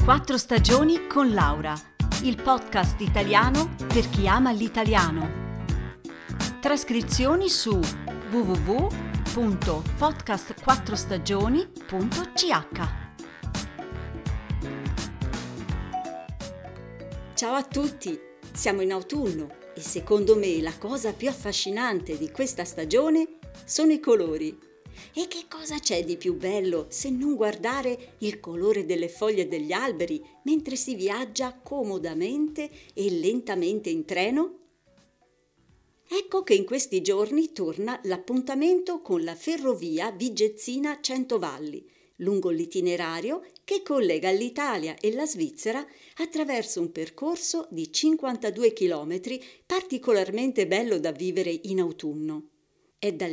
Quattro stagioni con Laura, il podcast italiano per chi ama l'italiano. Trascrizioni su www.podcastquattrostagioni.ch. Ciao a tutti, siamo in autunno e secondo me la cosa più affascinante di questa stagione sono i colori. E che cosa c'è di più bello se non guardare il colore delle foglie degli alberi mentre si viaggia comodamente e lentamente in treno? Ecco che in questi giorni torna l'appuntamento con la ferrovia Vigezzina-Centovalli, lungo l'itinerario che collega l'Italia e la Svizzera attraverso un percorso di 52 chilometri particolarmente bello da vivere in autunno. È dal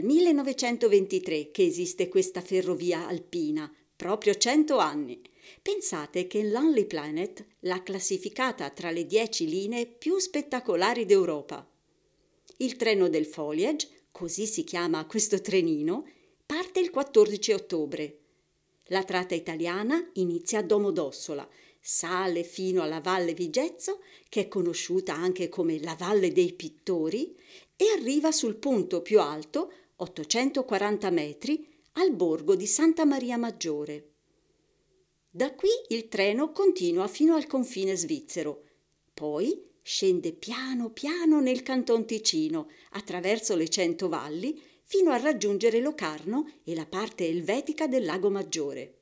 1923 che esiste questa ferrovia alpina, proprio 100 anni. Pensate che Lonely Planet l'ha classificata tra le 10 linee più spettacolari d'Europa. Il treno del Foliage, così si chiama questo trenino, parte il 14 ottobre. La tratta italiana inizia a Domodossola, sale fino alla Valle Vigezzo, che è conosciuta anche come la Valle dei Pittori, e arriva sul punto più alto, 840 metri, al borgo di Santa Maria Maggiore. Da qui il treno continua fino al confine svizzero, poi scende piano piano nel Canton Ticino, attraverso le 100 valli, fino a raggiungere Locarno e la parte elvetica del Lago Maggiore.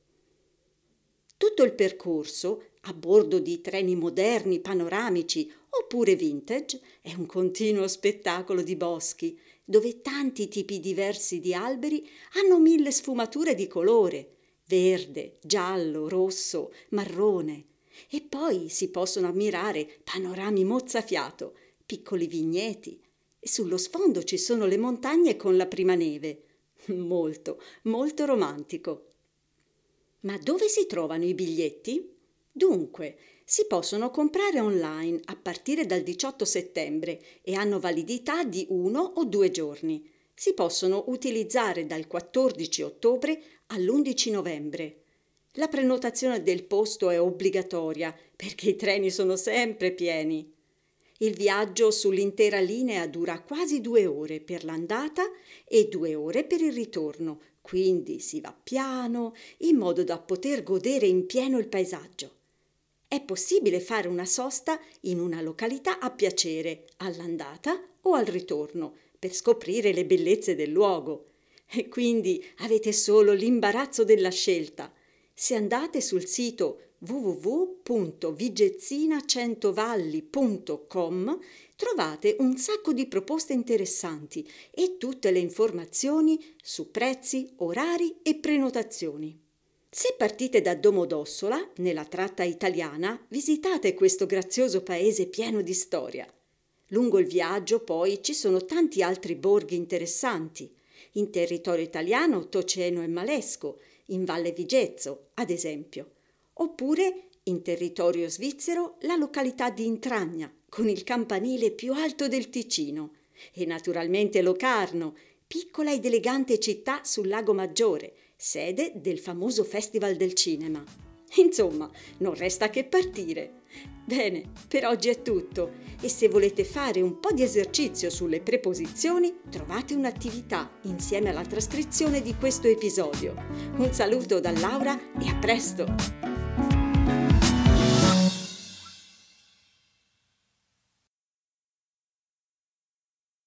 Tutto il percorso, a bordo di treni moderni, panoramici oppure vintage, è un continuo spettacolo di boschi, dove tanti tipi diversi di alberi hanno 1000 sfumature di colore, verde, giallo, rosso, marrone, e poi si possono ammirare panorami mozzafiato, piccoli vigneti, e sullo sfondo ci sono le montagne con la prima neve. Molto, molto romantico. Ma dove si trovano i biglietti? Dunque, si possono comprare online a partire dal 18 settembre e hanno validità di 1 o 2 giorni. Si possono utilizzare dal 14 ottobre all'11 novembre. La prenotazione del posto è obbligatoria perché i treni sono sempre pieni. Il viaggio sull'intera linea dura quasi 2 ore per l'andata e 2 ore per il ritorno, quindi si va piano in modo da poter godere in pieno il paesaggio. È possibile fare una sosta in una località a piacere all'andata o al ritorno per scoprire le bellezze del luogo. E quindi avete solo l'imbarazzo della scelta. Se andate sul sito www.vigezzinacentovalli.com trovate un sacco di proposte interessanti e tutte le informazioni su prezzi, orari e prenotazioni. Se partite da Domodossola, nella tratta italiana, visitate questo grazioso paese pieno di storia. Lungo il viaggio poi ci sono tanti altri borghi interessanti. In territorio italiano Toceno e Malesco, in Valle Vigezzo, ad esempio. Oppure in territorio svizzero la località di Intragna, con il campanile più alto del Ticino. E naturalmente Locarno, piccola ed elegante città sul Lago Maggiore, sede del famoso Festival del Cinema. Insomma, non resta che partire. Bene, per oggi è tutto e se volete fare un po' di esercizio sulle preposizioni, trovate un'attività insieme alla trascrizione di questo episodio. Un saluto da Laura e a presto!